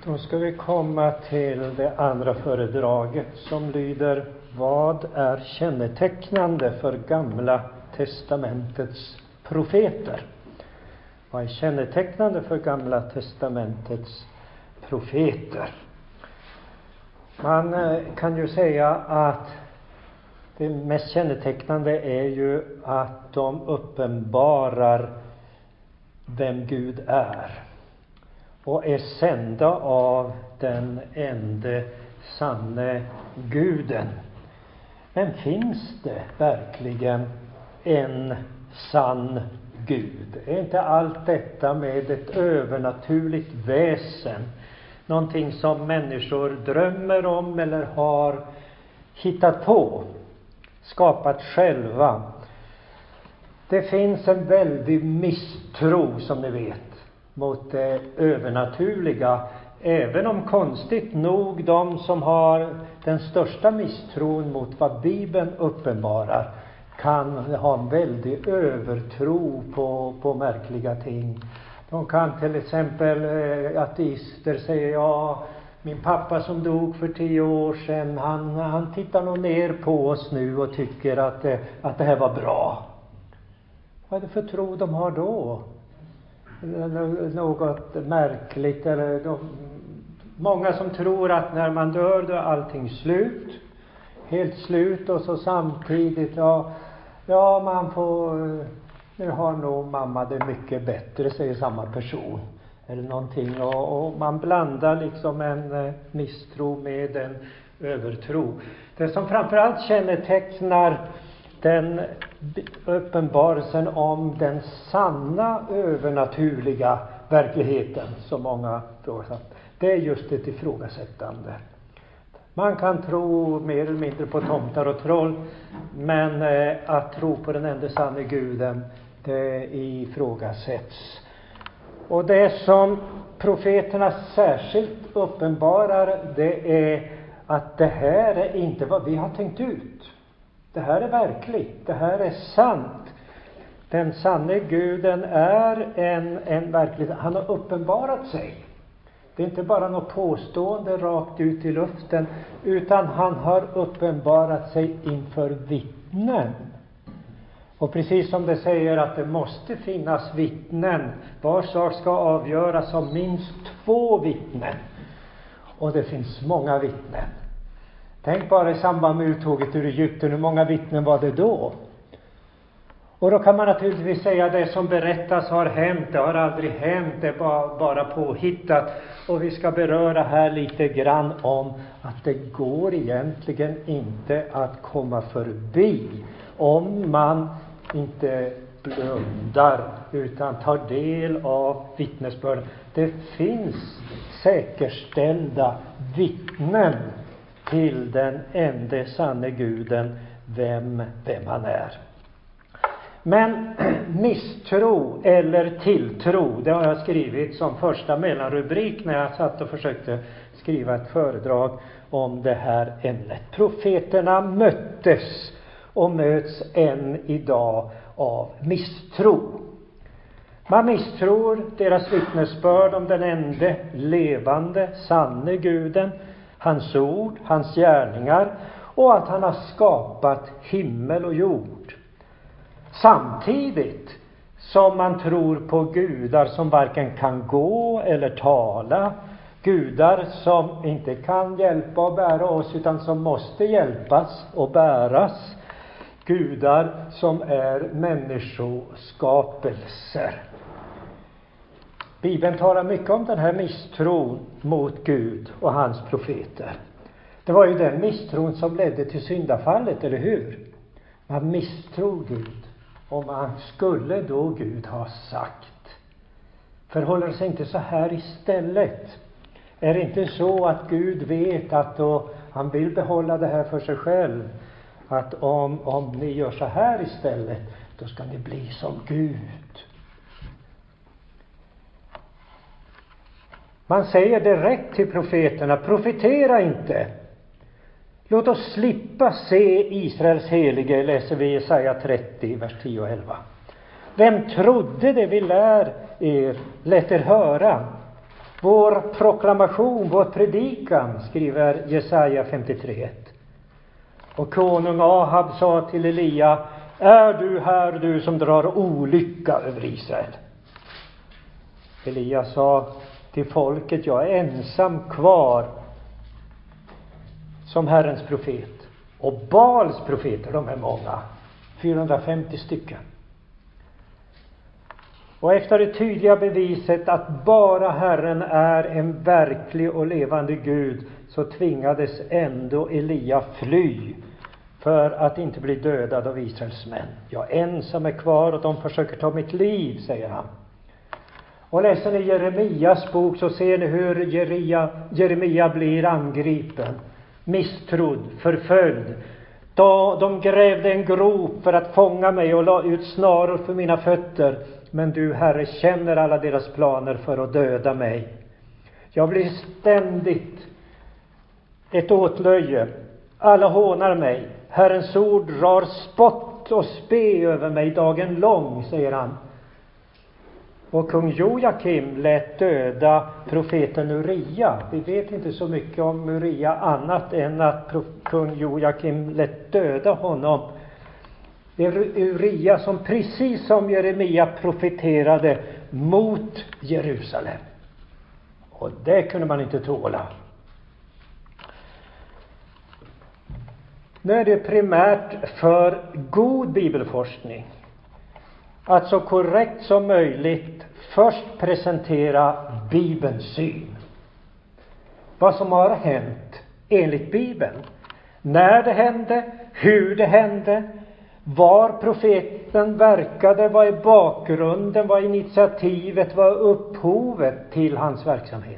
Då ska vi komma till det andra föredraget som lyder: vad är kännetecknande för Gamla testamentets profeter? Vad är kännetecknande för Gamla testamentets profeter? Man kan ju säga att det mest kännetecknande är ju att de uppenbarar vem Gud är och är sända av den ende sanne Guden. Men finns det verkligen en sann Gud? Är inte allt detta med ett övernaturligt väsen någonting som människor drömmer om eller har hittat på, skapat själva? Det finns en väldig misstro, som ni vet, mot det övernaturliga, även om konstigt nog de som har den största misstron mot vad Bibeln uppenbarar kan ha en väldig övertro på märkliga ting. De kan till exempel, ateister säger, ja, min pappa som dog för 10 år sedan, han tittar nog ner på oss nu och tycker att det här var bra. Vad är det för tro de har då? Något märkligt. Eller många som tror att när man dör då är allting slut. Helt slut, och så samtidigt, ja man får, nu har nog mamma det mycket bättre, säger samma person. Eller någonting, och man blandar liksom en misstro med en övertro. Det som framförallt kännetecknar den uppenbarelsen om den sanna övernaturliga verkligheten, som många ifrågasatt, det är just ett ifrågasättande. Man kan tro mer eller mindre på tomtar och troll, men att tro på den enda sanna Guden, det ifrågasätts. Och det som profeterna särskilt uppenbarar, det är att det här är inte vad vi har tänkt ut. Det här är verkligt, det här är sant. Den sanne Guden är en verklighet. Han har uppenbarat sig. Det är inte bara något påstående rakt ut i luften, utan han har uppenbarat sig inför vittnen. Och precis som det säger att det måste finnas vittnen, var sak ska avgöras av minst 2 vittnen. Och det finns många vittnen. Tänk bara i samband med uttåget ur Egypten, hur många vittnen var det då? Och då kan man naturligtvis säga att det som berättas har hänt, det har aldrig hänt, det är bara påhittat. Och vi ska beröra här lite grann om att det går egentligen inte att komma förbi om man inte blundar utan tar del av vittnesbörden. Det finns säkerställda vittnen till den enda sanne Guden, vem han är. Men misstro eller tilltro, det har jag skrivit som första mellanrubrik när jag satt och försökte skriva ett föredrag om det här ämnet. Profeterna möttes och möts än idag av misstro. Man misstror deras vittnesbörd om den enda levande sanne Guden, hans ord, hans gärningar och att han har skapat himmel och jord. Samtidigt som man tror på gudar som varken kan gå eller tala, gudar som inte kan hjälpa och bära oss utan som måste hjälpas och bäras, gudar som är människoskapelser. Bibeln talar mycket om den här misstron mot Gud och hans profeter. Det var ju den misstron som ledde till syndafallet, eller hur? Man misstror Gud. Och man skulle då Gud ha sagt. Förhåller det sig inte så här istället? Är det inte så att Gud vet att då han vill behålla det här för sig själv? Att om ni gör så här istället, då ska ni bli som Gud. Man säger direkt till profeterna: profetera inte. Låt oss slippa se Israels helige, läser vi Jesaja 30, vers 10 och 11. Vem trodde det vi lät er höra? Vår proklamation, vår predikan, skriver Jesaja 53:1. Och konung Ahab sa till Elia: är du här, du som drar olycka över Israel? Elia sa till folket: jag är ensam kvar som Herrens profet. Och Baals profeter, de är många, 450 stycken. Och efter det tydliga beviset att bara Herren är en verklig och levande Gud, så tvingades ändå Elia fly för att inte bli dödad av Israels män. Jag ensam är kvar och de försöker ta mitt liv, säger han. Och läser ni Jeremias bok så ser ni hur Jeremia blir angripen, misstrodd, förföljd. De grävde en grop för att fånga mig och la ut snaror för mina fötter. Men du, Herre, känner alla deras planer för att döda mig. Jag blir ständigt ett åtlöje. Alla hånar mig. Herrens ord drar spott och spe över mig dagen lång, säger han. Och kung Joakim lät döda profeten Uria. Vi vet inte så mycket om Uria annat än att kung Joakim lät döda honom. Det är Uria som precis som Jeremia profeterade mot Jerusalem. Och det kunde man inte tåla. Nu är det primärt för god bibelforskning att så korrekt som möjligt först presentera Bibelns syn. Vad som har hänt enligt Bibeln. När det hände, hur det hände, var profeten verkade, vad är bakgrunden, vad är initiativet, vad är upphovet till hans verksamhet.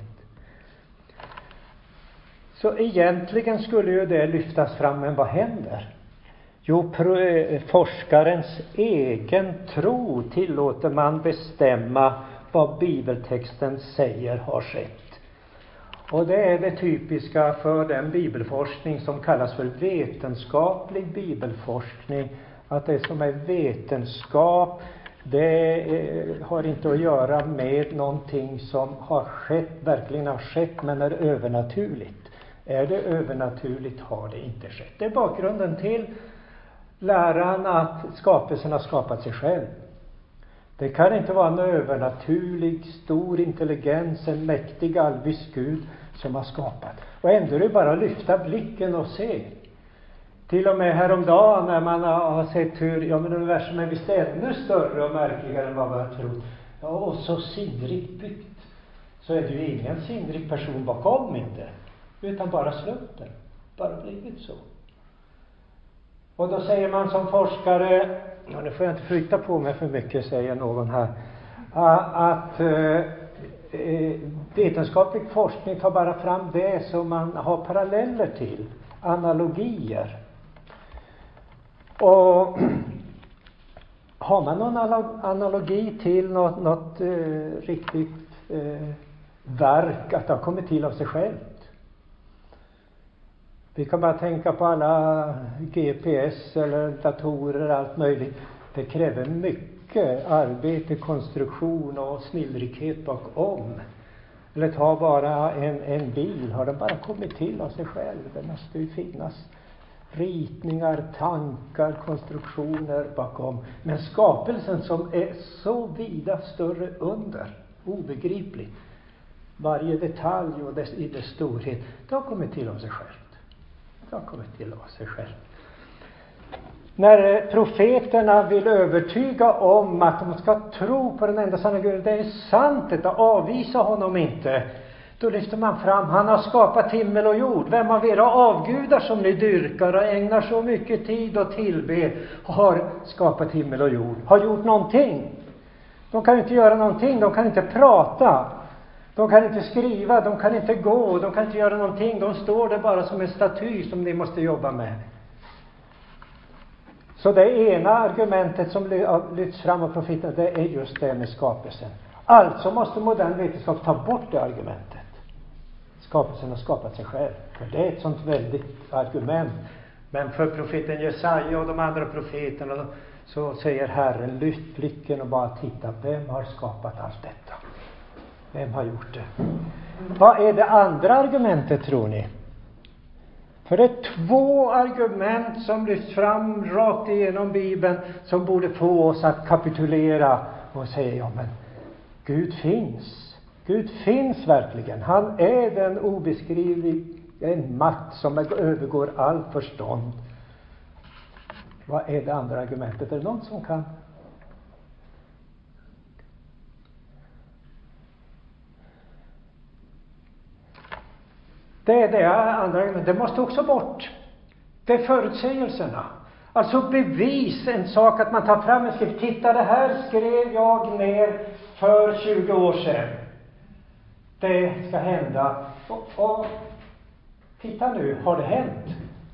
Så egentligen skulle ju det lyftas fram, men vad händer? Jo, forskarens egen tro tillåter man bestämma vad bibeltexten säger har skett. Och det är det typiska för den bibelforskning som kallas för vetenskaplig bibelforskning. Att det som är vetenskap, det har inte att göra med någonting som har skett, verkligen har skett, men är övernaturligt. Är det övernaturligt har det inte skett. Det är bakgrunden till läran att skapelsen har skapat sig själv. Det kan inte vara en övernaturlig, stor intelligens, en mäktig, allvis Gud som har skapat. Och ändå är det bara att lyfta blicken och se. Till och med häromdagen när man har sett hur universum är visst ännu större och märkligare än vad man har trott. Ja, och så sinnrikt byggt. Så är det ju ingen sinnrik person bakom inte. Utan bara slumpen. Bara blivit så. Och då säger man som forskare, nu får jag inte flytta på mig för mycket, säger någon här, att vetenskaplig forskning tar bara fram det som man har paralleller till, analogier. Och har man någon analogi till något riktigt verk, att det har kommit till av sig självt? Vi kan bara tänka på alla GPS eller datorer, allt möjligt. Det kräver mycket arbete, konstruktion och snillrikhet bakom. Eller ta bara en bil. Har den bara kommit till av sig själv? Det måste ju finnas ritningar, tankar, konstruktioner bakom. Men skapelsen som är så vida större under, obegriplig. Varje detalj och i dess storhet, det har kommit till av sig själv. Det har kommit till av sig själv. När profeterna vill övertyga om att de ska tro på den enda sanna Gud, det är sant, det avvisa honom inte. Då lyfter man fram, han har skapat himmel och jord. Vem av era avgudar som ni dyrkar och ägnar så mycket tid och tillbe har skapat himmel och jord? Har gjort någonting? De kan inte göra någonting, de kan inte prata. De kan inte skriva, de kan inte gå, de kan inte göra någonting. De står där bara som en staty som ni måste jobba med. Så det ena argumentet som lyfts fram av profeten, det är just det med skapelsen. Alltså måste modern vetenskap ta bort det argumentet. Skapelsen har skapat sig själv. För det är ett sånt väldigt argument. Men för profeten Jesaja och de andra profeterna så säger Herren, lyft blicken och bara titta. Vem har skapat allt detta? Vem har gjort det? Vad är det andra argumentet, tror ni? För det är 2 argument som lyfts fram rakt igenom Bibeln som borde få oss att kapitulera och säga, ja men Gud finns. Gud finns verkligen. Han är den obeskrivliga, en makt som övergår all förstånd. Vad är det andra argumentet? Är det någon som kan? Det är det andra argumentet. Det måste också bort. Det är förutsägelserna. Alltså bevis, en sak att man tar fram en skrift. Titta, det här skrev jag ner för 20 år sedan. Det ska hända. Och titta nu, har det hänt?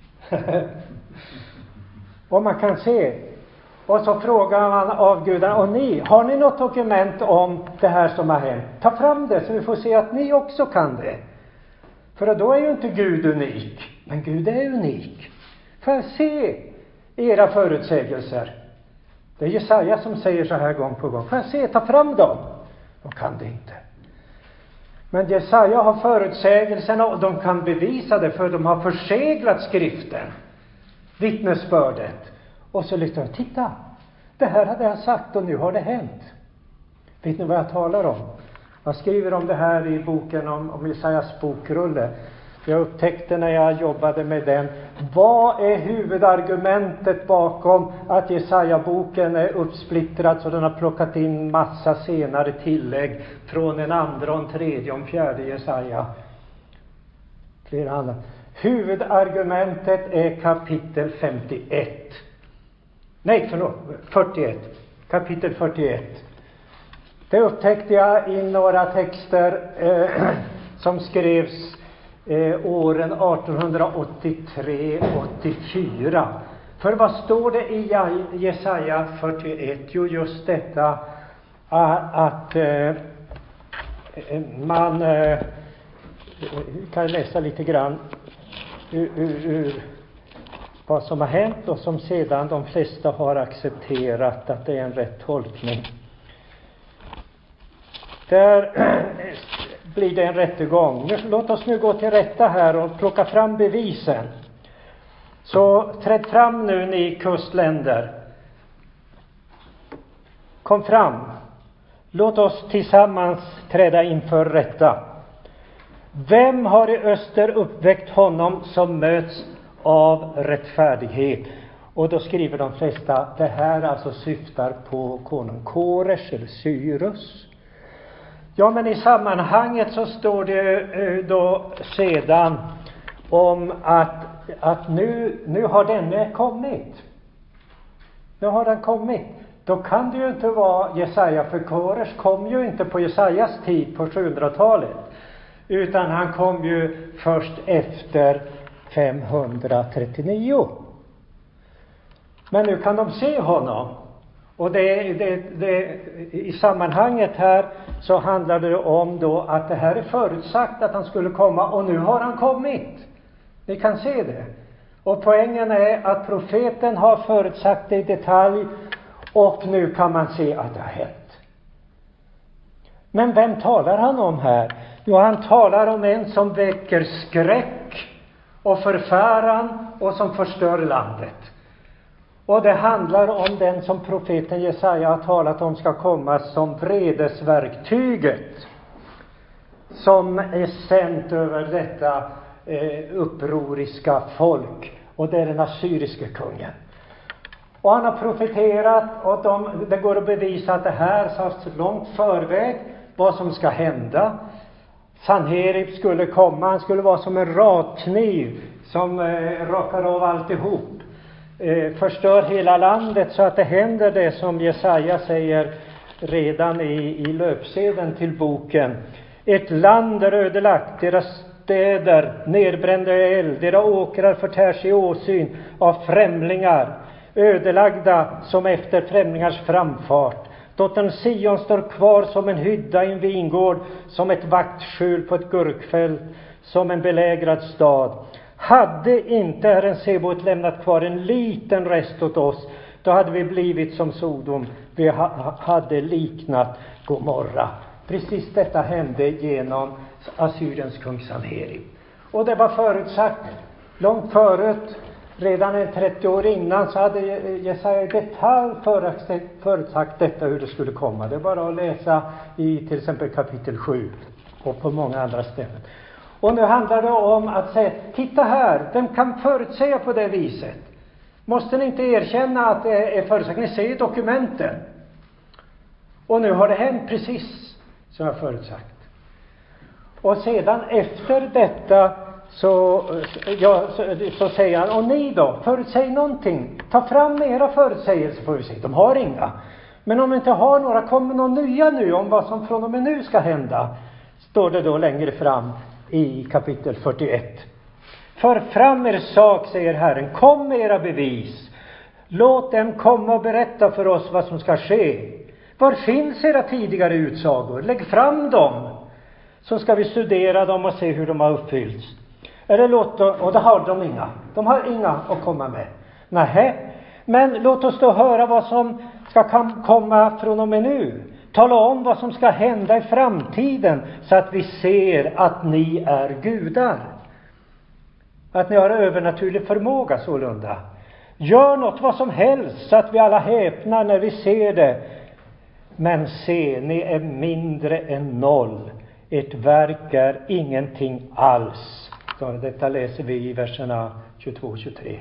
Och man kan se. Och så frågar man av gudarna, och har ni något dokument om det här som har hänt? Ta fram det så vi får se att ni också kan det. För då är ju inte Gud unik. Men Gud är unik. Får jag se era förutsägelser? Det är Jesaja som säger så här gång på gång. Får jag se, ta fram dem? De kan det inte. Men Jesaja har förutsägelserna och de kan bevisa det, för de har förseglat skriften. Vittnesbördet. Och så lyfter de, titta. Det här hade jag sagt och nu har det hänt. Vet ni vad jag talar om? Jag skriver om det här i boken om Jesajas bokrulle. Jag upptäckte när jag jobbade med den. Vad är huvudargumentet bakom att Jesaja-boken är uppsplittrad så den har plockat in massa senare tillägg från en andra, en tredje och en fjärde Jesaja? Flera andra. Huvudargumentet är kapitel 51. Nej, förlåt. 41. Kapitel 41. Det upptäckte jag i några texter som skrevs åren 1883-84. För vad står det i Jesaja 41? Jo, just detta att man kan läsa lite grann ur vad som har hänt och som sedan de flesta har accepterat att det är en rätt tolkning. Där blir det en rättegång. Låt oss nu gå till rätta här och plocka fram bevisen. Så träd fram nu, ni kustländer. Kom fram. Låt oss tillsammans träda inför rätta. Vem har i öster uppväckt honom som möts av rättfärdighet? Och då skriver de flesta, det här alltså syftar på konung Kores eller Cyrus. Ja, men i sammanhanget så står det då sedan om att nu har denne kommit. Nu har den kommit. Då kan det ju inte vara Jesaja, för Kores kom ju inte på Jesajas tid på 700-talet. Utan han kom ju först efter 539. Men nu kan de se honom. Och i sammanhanget här så handlar det om då att det här är förutsagt att han skulle komma, och nu har han kommit. Ni kan se det. Och poängen är att profeten har förutsagt det i detalj, och nu kan man se att det har hänt. Men vem talar han om här? Jo, han talar om en som väcker skräck och förfäran och som förstör landet. Och det handlar om den som profeten Jesaja har talat om ska komma som vredesverktyget som är sänt över detta upproriska folk, och det är den assyriske kungen. Och han har profeterat, och det går att bevisa att det här sades långt förväg vad som ska hända. Sanherib skulle komma, han skulle vara som en rakkniv som rakar av alltihop. Förstör hela landet så att det händer det som Jesaja säger redan i löpsedeln till boken. Ett land är ödelagt, deras städer nedbrända i eld, deras åkrar förtärs i åsyn av främlingar, ödelagda som efter främlingars framfart. Dottern Sion står kvar som en hydda i en vingård, som ett vaktskjul på ett gurkfält, som en belägrad stad. Hade inte Herren Sebot lämnat kvar en liten rest åt oss, då hade vi blivit som Sodom. Vi hade liknat Gomorra. Precis detta hände genom Assyriens kung Sanherib. Och det var förutsagt långt förut. Redan 30 år innan så hade Jesaja i detalj förutsagt detta, hur det skulle komma. Det är bara att läsa i till exempel kapitel 7 och på många andra ställen. Och nu handlar det om att säga, titta här, vem kan förutsäga på det viset? Måste ni inte erkänna att det är förutsagt? Ni ser ju dokumenten. Och nu har det hänt precis som jag förutsagt. Och sedan efter detta så säger han, och ni då, förutsäg någonting. Ta fram era förutsägelser, får vi se. De har inga. Men om vi inte har några, kommer några nya nu om vad som från och med nu ska hända. Står det då längre fram i kapitel 41. För fram er sak, säger Herren. Kom med era bevis. Låt dem komma och berätta för oss vad som ska ske. Var finns era tidigare utsagor? Lägg fram dem. Så ska vi studera dem och se hur de har uppfyllts. Och det har de inga. De har inga att komma med. Nej, men låt oss då höra vad som ska komma från och med nu. Tala om vad som ska hända i framtiden så att vi ser att ni är gudar. Att ni har övernaturlig förmåga sålunda. Gör något, vad som helst, så att vi alla häpnar när vi ser det. Men se, ni är mindre än noll. Ert verk är ingenting alls. Så detta läser vi i verserna 22 och 23.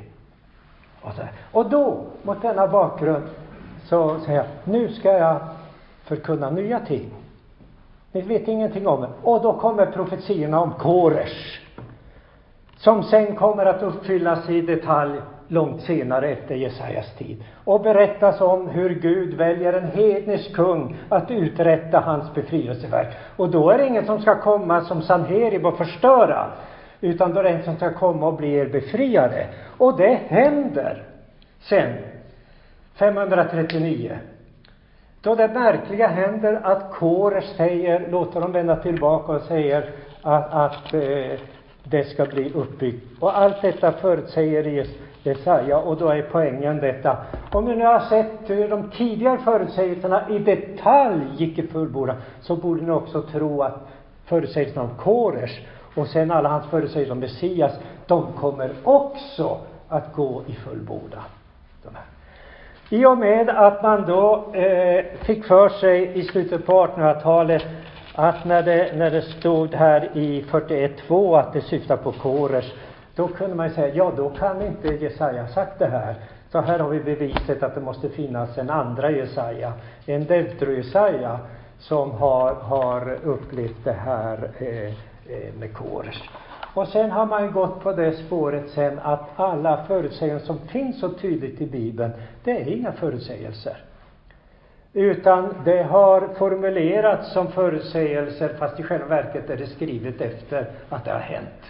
Och då, mot denna bakgrund, så säger jag, nu ska jag förkunna nya ting. Ni vet ingenting om det. Och då kommer profetierna om Koresh, som sen kommer att uppfyllas i detalj långt senare efter Jesajas tid. Och berättas om hur Gud väljer en hednisk kung att uträtta hans befrielseverk. Och då är det ingen som ska komma som Sanherib och förstöra, utan då är det en som ska komma och bli er befriare. Och det händer sen 539. Då det märkliga händer att Koresh säger, låter dem vända tillbaka och säger att det ska bli uppbyggt. Och allt detta förutsäger Jesaja, och då är poängen detta. Om ni nu har sett hur de tidigare förutsägelserna i detalj gick i fullbordan, så borde ni också tro att förutsägelserna om Koresh och sen alla hans förutsägelser om Messias, de kommer också att gå i fullbordan. I och med att man då fick för sig i slutet på 1800-talet att när det stod här i 41:2 att det syftar på Koresh, då kunde man säga, ja, då kan inte Jesaja sagt det här. Så här har vi beviset att det måste finnas en andra Jesaja, en Deutero-Jesaja, som har upplevt det här med Koresh. Och sen har man gått på det spåret sen att alla förutsägelser som finns så tydligt i Bibeln, det är inga förutsägelser. Utan det har formulerats som förutsägelser, fast i själva verket är det skrivet efter att det har hänt.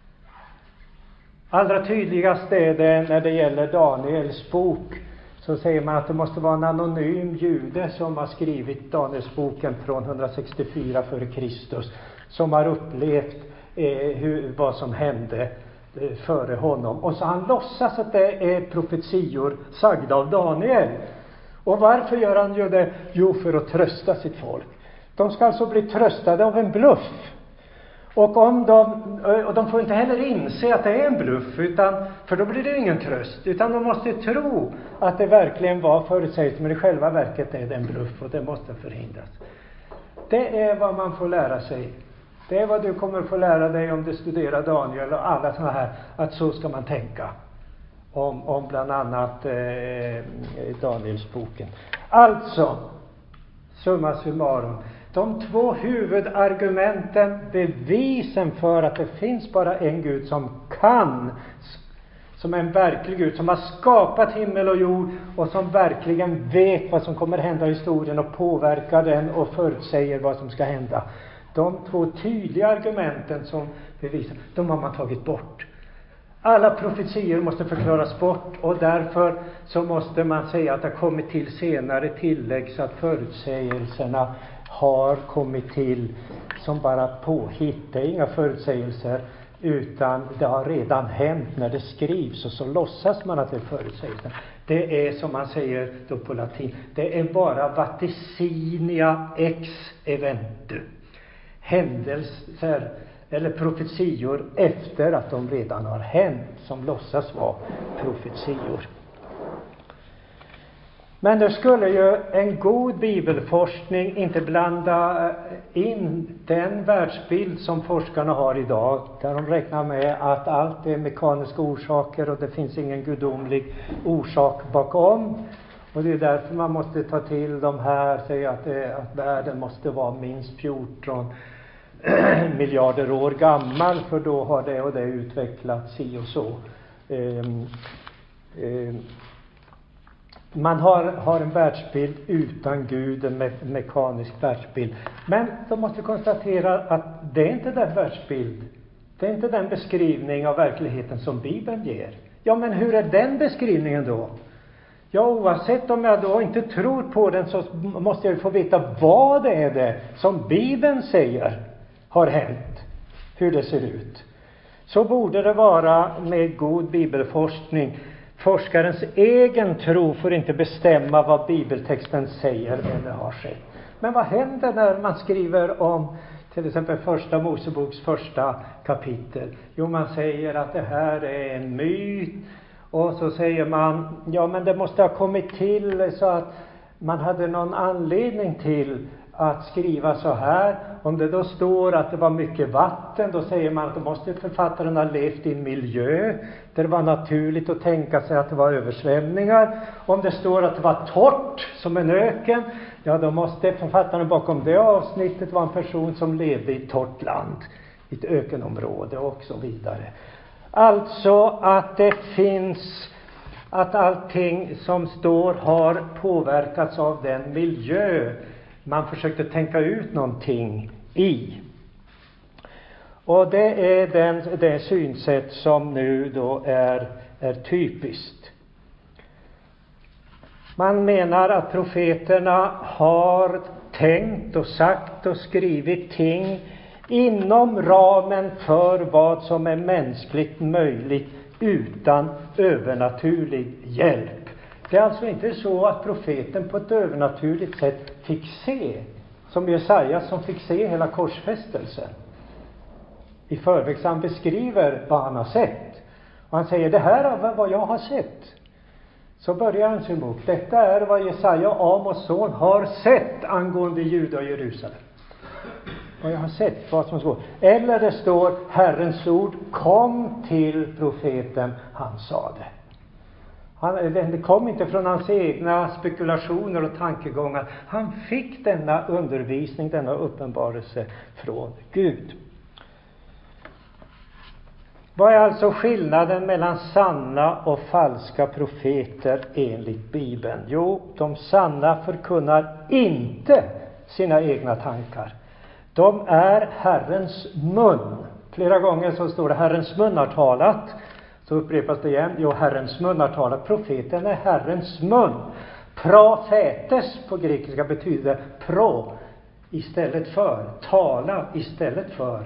Allra tydligast är det när det gäller Daniels bok. Så säger man att det måste vara en anonym jude som har skrivit Daniels boken från 164 före Kristus. Som har upplevt vad som hände före honom. Och så han låtsas att det är profetior sagda av Daniel. Och varför gör han ju det? Jo, för att trösta sitt folk. De ska alltså bli tröstade av en bluff. Och de får inte heller inse att det är en bluff, för då blir det ingen tröst. Utan de måste tro att det verkligen var förutsägt, men i själva verket är det en bluff och det måste förhindras. Det är vad man får lära sig. Det är vad du kommer få lära dig om du studerar Daniel och alla sådana här, att så ska man tänka. Om bland annat Daniels boken. Alltså, summa summarum. De två huvudargumenten, bevisen för att det finns bara en Gud som kan, som är en verklig Gud, som har skapat himmel och jord och som verkligen vet vad som kommer hända i historien och påverkar den och förutsäger vad som ska hända. De två tydliga argumenten som bevisar, de har man tagit bort. Alla profetier måste förklaras bort, och därför så måste man säga att det har kommit till senare tillägg, så att förutsägelserna har kommit till som bara påhitt. Det är inga förutsägelser, utan det har redan hänt när det skrivs, och så låtsas man att det är förutsägelser. Det är som man säger då på latin, det är bara vaticinia ex eventu. Händelser eller profetior efter att de redan har hänt, som låtsas vara profetior. Men då skulle ju en god bibelforskning inte blanda in den världsbild som forskarna har idag, där de räknar med att allt är mekaniska orsaker och det finns ingen gudomlig orsak bakom. Och det är därför man måste ta till de här, säga att världen måste vara minst 14 miljarder år gammal, för då har det och det utvecklats si och så. Man har en världsbild utan Gud, en mekanisk världsbild. Men de måste konstatera att det är inte den världsbild, det är inte den beskrivning av verkligheten som Bibeln ger. Ja, men hur är den beskrivningen då? Ja, oavsett om jag då inte tror på den, så måste jag ju få veta vad det är som Bibeln säger har hänt, hur det ser ut. Så borde det vara med god bibelforskning. Forskarens egen tro får inte bestämma vad bibeltexten säger eller har skett. Men vad händer när man skriver om till exempel första Moseboks första kapitel? Jo, man säger att det här är en myt. Och så säger man, ja, men det måste ha kommit till så att man hade någon anledning till att skriva så här. Om det då står att det var mycket vatten, då säger man att då måste författaren ha levt i en miljö där det var naturligt att tänka sig att det var översvämningar. Om det står att det var torrt som en öken, ja, då måste författaren bakom det avsnittet vara en person som levde i ett torrt land, i ett ökenområde och så vidare. Alltså att det finns, att allting som står har påverkats av den miljö man försökte tänka ut någonting i. Och det är det synsätt som nu då är typiskt. Man menar att profeterna har tänkt och sagt och skrivit ting inom ramen för vad som är mänskligt möjligt utan övernaturlig hjälp. Det är alltså inte så att profeten på ett övernaturligt sätt fick se, som Jesaja som fick se hela korsfästelsen. I förväg han beskriver vad han har sett. Och han säger, det här är vad jag har sett. Så börjar han sin bok. Detta är vad Jesaja, Amos son, har sett angående Juda och Jerusalem. Och jag har sett vad som står. Eller det står, Herrens ord kom till profeten, han sa det. Det kom inte från hans egna spekulationer och tankegångar. Han fick denna undervisning, denna uppenbarelse från Gud. Vad är alltså skillnaden mellan sanna och falska profeter enligt Bibeln? Jo, de sanna förkunnar inte sina egna tankar. De är Herrens mun. Flera gånger så står det Herrens mun har talat. Så upprepas det igen. Jo, Herrens mun har talat. Profeten är Herrens mun. Profetes på grekiska betyder pro istället för, tala istället för,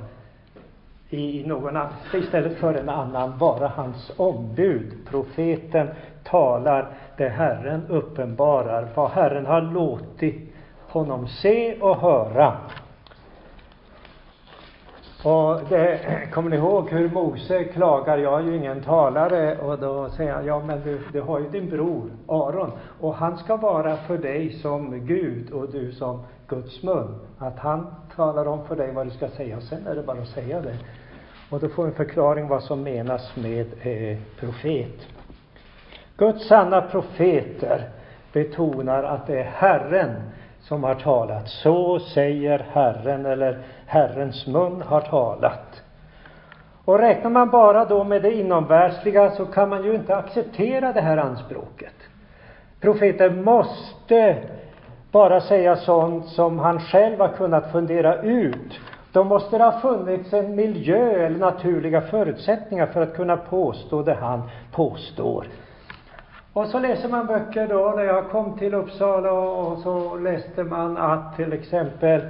istället för en annan, vara hans ombud. Profeten talar det Herren uppenbarar, vad Herren har låtit honom se och höra. Och det, kommer ni ihåg hur Mose klagar, jag är ju ingen talare, och då säger han, ja men du har ju din bror Aron, och han ska vara för dig som Gud och du som Guds mun, att han talar om för dig vad du ska säga, och sen är det bara att säga det. Och då får en förklaring vad som menas med profet. Guds sanna profeter betonar att det är Herren som har talat. Så säger Herren, eller Herrens mun har talat. Och räknar man bara då med det inomvärldsliga, så kan man ju inte acceptera det här anspråket. Profeter måste bara säga sånt som han själv har kunnat fundera ut. Då måste det ha funnits en miljö eller naturliga förutsättningar för att kunna påstå det han påstår. Och så läser man böcker då, när jag kom till Uppsala, och så läste man att till exempel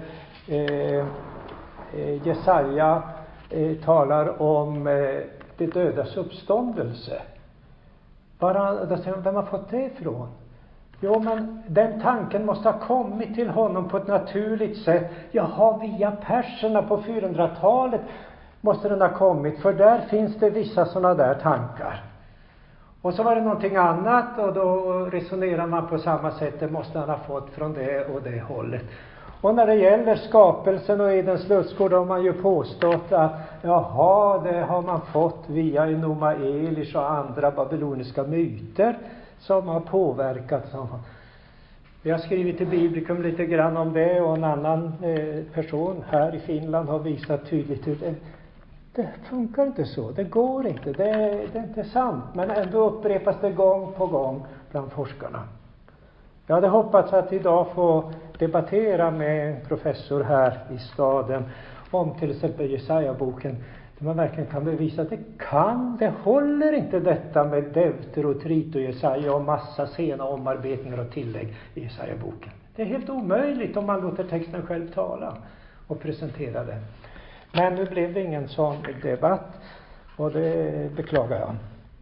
Jesaja talar om det dödas uppståndelse. Bara, då säger man, vem har fått det ifrån? Jo, men den tanken måste ha kommit till honom på ett naturligt sätt. Jaha, via perserna på 400-talet måste den ha kommit. För där finns det vissa sådana där tankar. Och så var det någonting annat, och då resonerar man på samma sätt. Det måste han ha fått från det och det hållet. Och när det gäller skapelsen och Edens lustgård har man ju påstått att jaha, det har man fått via Enuma Elish och andra babyloniska myter som har påverkat. Vi har skrivit i Biblikum lite grann om det, och en annan person här i Finland har visat tydligt hur det funkar inte så. Det går inte. Det är inte sant. Men ändå upprepas det gång på gång bland forskarna. Jag hade hoppats att idag få debattera med en professor här i staden om till exempel Jesaja-boken. Där man verkligen kan bevisa att det håller inte detta med Deuterotrit och Jesaja och massa sena omarbetningar och tillägg i Jesaja-boken. Det är helt omöjligt om man låter texten själv tala och presentera det. Men nu blev det ingen sån debatt, och det beklagar jag.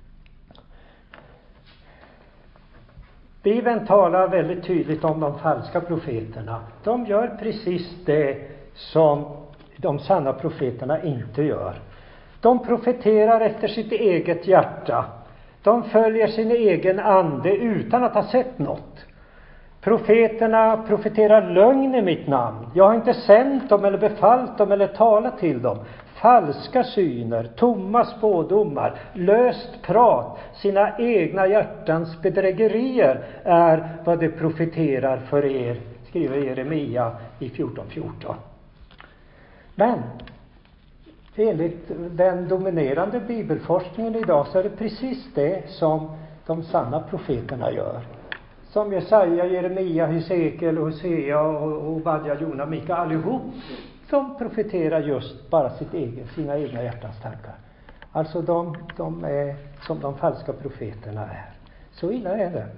Bibeln talar väldigt tydligt om de falska profeterna. De gör precis det som de sanna profeterna inte gör. De profeterar efter sitt eget hjärta. De följer sin egen ande utan att ha sett något. Profeterna profeterar lögn i mitt namn. Jag har inte sänt dem eller befallt dem eller talat till dem. Falska syner, tomma spådomar, löst prat, sina egna hjärtans bedrägerier är vad det profeterar för er, skriver Jeremia i 14:14. Men enligt den dominerande bibelforskningen idag så är det precis det som de sanna profeterna gör. Som Jesaja, Jeremia, Hesekiel, Hosea och Obadja, Jona, Mika, allihop. De profeterar just bara sina egna hjärtans tankar. Alltså de är som de falska profeterna är. Så illa är det.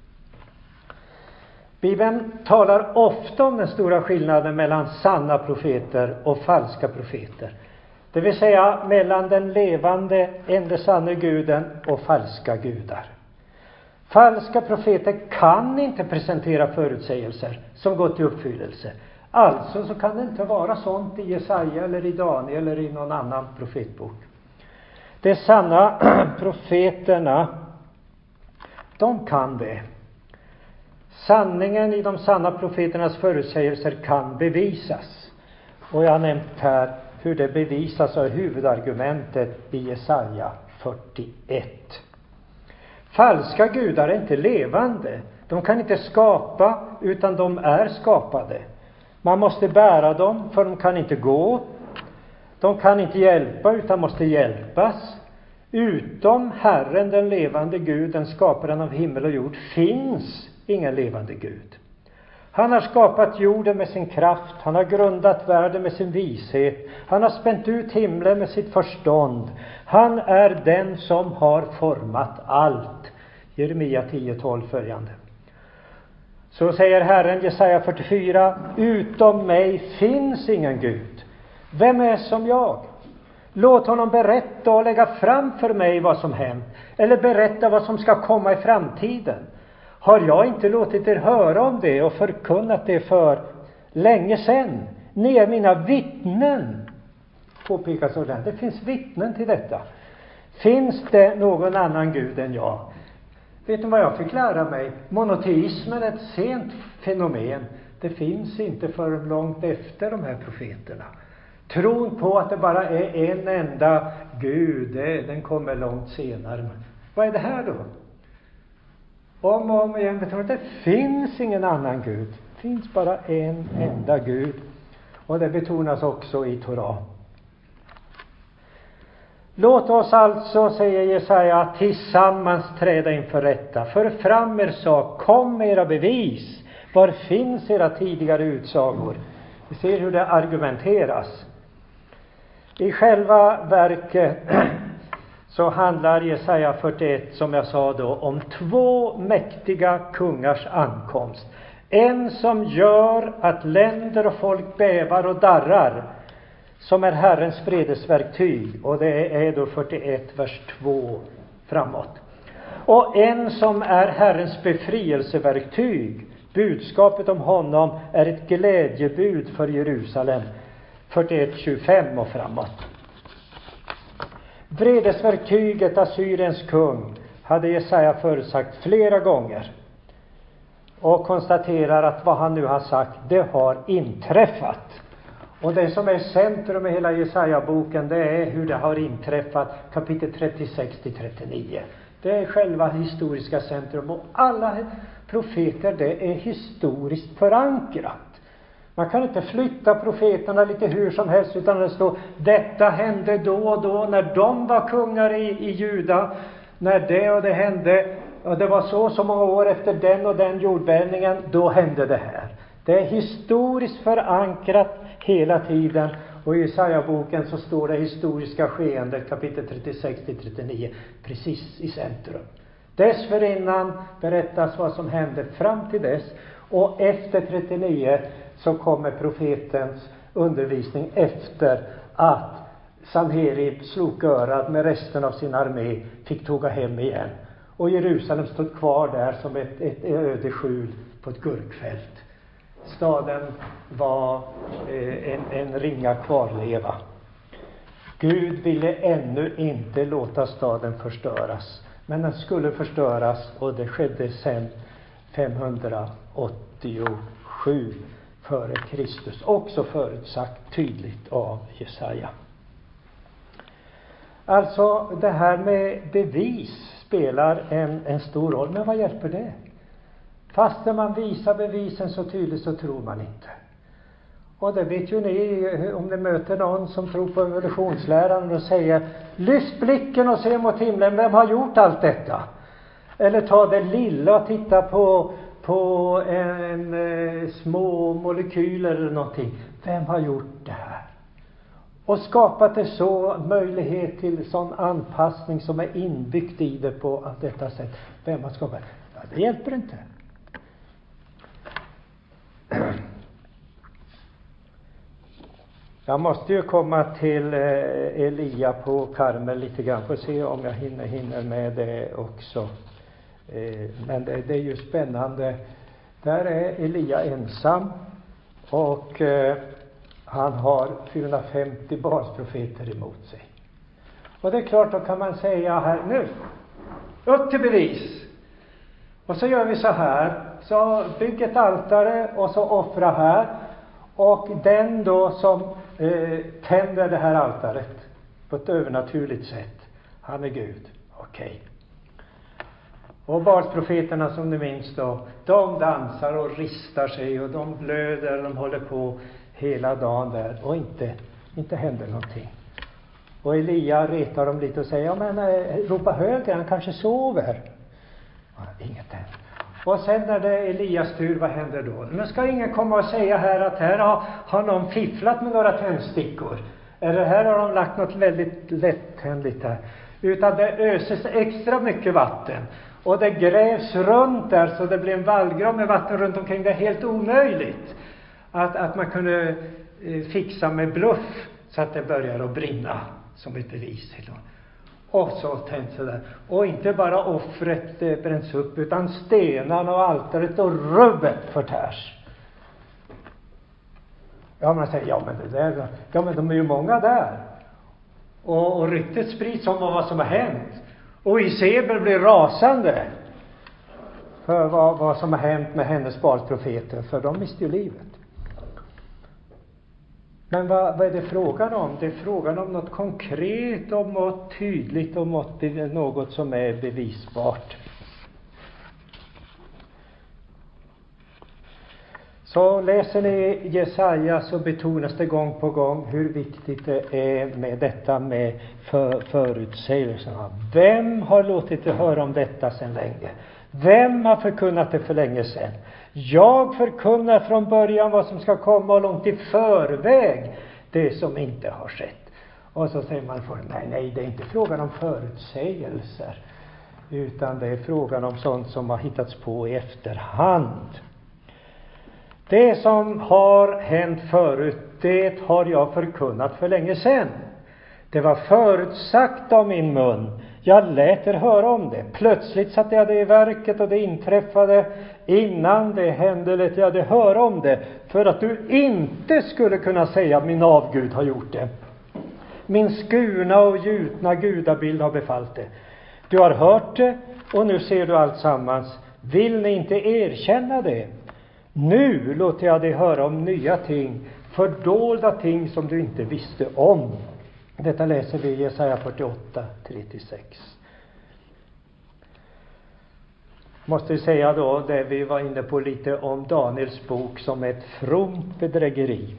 Bibeln talar ofta om den stora skillnaden mellan sanna profeter och falska profeter. Det vill säga mellan den levande, enda sanne guden och falska gudar. Falska profeter kan inte presentera förutsägelser som gått i uppfyllelse. Alltså så kan det inte vara sånt i Jesaja eller i Daniel eller i någon annan profetbok. De sanna profeterna, de kan det. Sanningen i de sanna profeternas förutsägelser kan bevisas. Och jag har nämnt här hur det bevisas av huvudargumentet i Jesaja 41. Falska gudar är inte levande. De kan inte skapa, utan de är skapade. Man måste bära dem, för de kan inte gå. De kan inte hjälpa, utan måste hjälpas. Utom Herren, den levande Guden, skaparen av himmel och jord, finns ingen levande Gud. Han har skapat jorden med sin kraft. Han har grundat världen med sin vishet. Han har spänt ut himlen med sitt förstånd. Han är den som har format allt. Jeremia 10:12 följande. Så säger Herren, Jesaja 44, utom mig finns ingen Gud. Vem är som jag? Låt honom berätta och lägga fram för mig vad som hänt, eller berätta vad som ska komma i framtiden. Har jag inte låtit er höra om det och förkunnat det för länge sedan? Ni är mina vittnen, påpekas av den. Det finns vittnen till detta. Finns det någon annan Gud än jag? Vet ni vad jag fick lära mig? Monoteismen är ett sent fenomen. Det finns inte förrän långt efter de här profeterna. Tron på att det bara är en enda Gud, den kommer långt senare. Vad är det här då? Om och om igen betonar att det finns ingen annan Gud. Det finns bara en enda Gud. Och det betonas också i Torah. Låt oss alltså, säger Jesaja, tillsammans träda inför rätta. För fram er sak, kom med era bevis. Var finns era tidigare utsagor? Vi ser hur det argumenteras. I själva verket så handlar Jesaja 41, som jag sa då, om två mäktiga kungars ankomst. En som gör att länder och folk bävar och darrar, som är Herrens vredesverktyg. Och det är då 41 vers 2 framåt. Och en som är Herrens befrielseverktyg. Budskapet om honom är ett glädjebud för Jerusalem. 41:25 och framåt. Vredesverktyget, Assyriens kung, hade Jesaja förutsagt flera gånger. Och konstaterar att vad han nu har sagt, det har inträffat. Och det som är centrum i hela Jesaja-boken, det är hur det har inträffat, kapitel 36-39. Det är själva historiska centrum, och alla profeter, det är historiskt förankrat. Man kan inte flytta profeterna lite hur som helst, utan det står, detta hände då och då när de var kungar i Juda, när det och det hände, och det var så många år efter den och den jordbävningen, då hände det här. Det är historiskt förankrat hela tiden, och i Jesaja-boken så står det historiska skeendet, kapitel 36-39, precis i centrum. Dessförinnan berättas vad som hände fram till dess, och efter 39 så kommer profetens undervisning efter att Sanherib slog örat med resten av sin armé, fick tåga hem igen. Och Jerusalem stod kvar där som ett öde skjul på ett gurkfält. Staden var en ringa kvarleva. Gud ville ännu inte låta staden förstöras. Men den skulle förstöras, och det skedde sedan 587 före Kristus. Också förutsagt tydligt av Jesaja. Alltså det här med bevis spelar en stor roll. Men vad hjälper det? Fast när man visar bevisen så tydligt så tror man inte. Och det vet ju ni, om ni möter någon som tror på evolutionsläran och säger, lyft blicken och se mot himlen, vem har gjort allt detta? Eller ta det lilla och titta på små molekyler eller någonting. Vem har gjort det här? Och skapat det så, möjlighet till sån anpassning som är inbyggt i det på detta sätt. Vem har skapat det? Ja, det hjälper inte. Jag måste ju komma till Elia på Karmel lite grann. Får se om jag hinner med det också. Men det är ju spännande. Där är Elia ensam. Och han har 450 Baalsprofeter emot sig. Och det är klart, då kan man säga här nu, upp till bevis. Och så gör vi så här. Så bygg ett altare och så offra här. Och den då som tänder det här altaret på ett övernaturligt sätt, han är Gud. Okej. Och Baalsprofeterna, som ni minns då, de dansar och ristar sig och de blöder, de håller på hela dagen där och inte händer någonting. Och Elia retar dem lite och säger, ja men ropa högre, han kanske sover. Inget händer. Och sen när det är Elias tur, vad händer då? Men ska ingen komma och säga här att här har någon fifflat med några tändstickor. Eller här har de lagt något väldigt lätthändigt här. Utan det öses extra mycket vatten. Och det grävs runt där så det blir en vallgrav med vatten runt omkring. Det är helt omöjligt att man kunde fixa med bluff så att det börjar att brinna som ett bevis. Och så tänds det där. Och inte bara offret bränns upp, utan stenarna och altaret och rubbet förtärs. Ja, man säger, ja men de är ju många där. Och ryktet sprids om vad som har hänt. Och Isabel blir rasande för vad som har hänt med hennes Baalsprofeter, för de miste ju livet. Men vad är det frågan om? Det är frågan om något konkret, om något tydligt, om något som är bevisbart. Så läser ni Jesaja så betonas det gång på gång hur viktigt det är med detta med förutsägelserna. Vem har låtit det höra om detta sedan länge? Vem har förkunnat det för länge sedan? Jag förkunnar från början vad som ska komma och långt i förväg det som inte har skett. Och så säger man för nej, det är inte frågan om förutsägelser, utan det är frågan om sånt som har hittats på i efterhand. Det som har hänt förut, det har jag förkunnat för länge sedan. Det var förutsagt av min mun. Jag lät er höra om det. Plötsligt satte jag det i verket och det inträffade innan det hände, lät jag det höra om det, för att du inte skulle kunna säga min avgud har gjort det. Min skurna och gjutna gudabild har befallt det. Du har hört det och nu ser du allt sammans. Vill ni inte erkänna det? Nu låter jag dig höra om nya ting, fördolda ting som du inte visste om. Detta läser vi i Jesaja 48, 3-6. Måste säga då det vi var inne på lite om Daniels bok som ett fromt bedrägeri.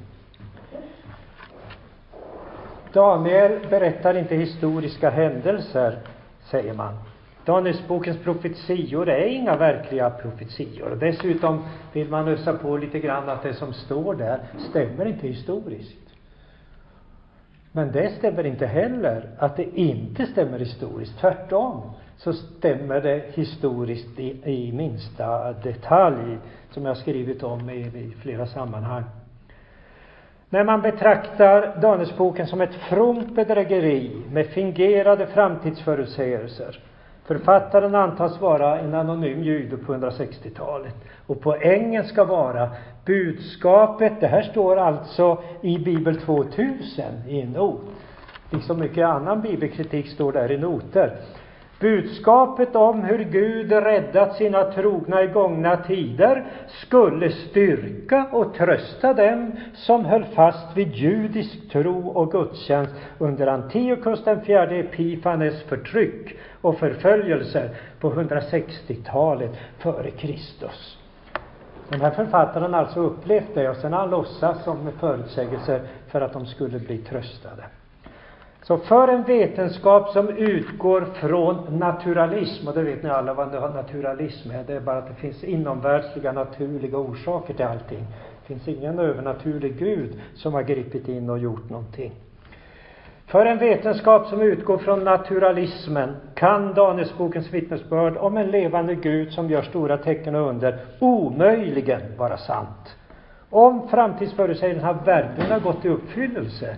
Daniel berättar inte historiska händelser, säger man. Daniels bokens profetior är inga verkliga profetior. Dessutom vill man ösa på lite grann att det som står där stämmer inte historiskt. Men det stämmer inte heller att det inte stämmer historiskt. Tvärtom så stämmer det historiskt i minsta detalj, som jag skrivit om i flera sammanhang. När man betraktar Danielsboken som ett fromt bedrägeri med fingerade framtidsförutsägelser, författaren antas vara en anonym jude på 160-talet. Och poängen ska vara budskapet, det här står alltså i Bibel 2000 i en not. Liksom mycket annan bibelkritik står där i noter. Budskapet om hur Gud räddat sina trogna i gångna tider skulle styrka och trösta dem som höll fast vid judisk tro och gudstjänst under Antiochus den fjärde Epifanes förtryck och förföljelser på 160-talet före Kristus. Den här författaren alltså upplevt det och sen har han låtsats som förutsägelser för att de skulle bli tröstade. Så för en vetenskap som utgår från naturalism, och det vet ni alla vad naturalism är, det är bara att det finns inomvärldsliga naturliga orsaker till allting. Det finns ingen övernaturlig Gud som har gripit in och gjort någonting. För en vetenskap som utgår från naturalismen kan Danielsbokens vittnesbörd om en levande Gud som gör stora tecken och under omöjligen vara sant. Om framtidsförutsägelserna verkligen har gått i uppfyllelse,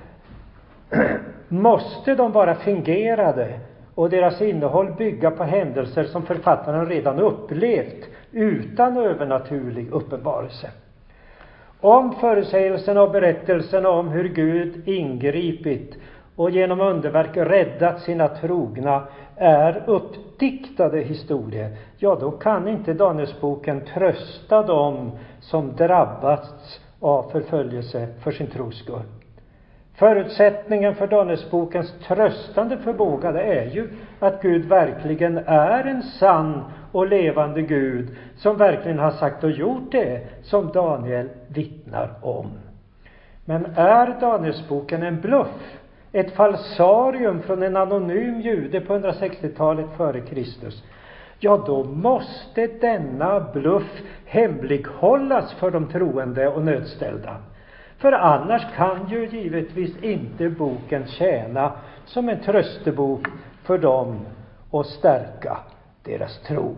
måste de vara fingerade och deras innehåll bygga på händelser som författaren redan upplevt utan övernaturlig uppenbarelse. Om förutsägelserna och berättelserna om hur Gud ingripit och genom underverk räddat sina trogna är uppdiktade historier, ja då kan inte Danielsboken trösta dem som drabbats av förföljelse för sin tros skull. Förutsättningen för Danielsbokens tröstande förmåga är ju att Gud verkligen är en sann och levande Gud som verkligen har sagt och gjort det som Daniel vittnar om. Men är Danielsboken en bluff, ett falsarium från en anonym jude på 160-talet före Kristus, ja då måste denna bluff hemlighållas för de troende och nödställda. För annars kan ju givetvis inte boken tjäna som en tröstebok för dem och stärka deras tro.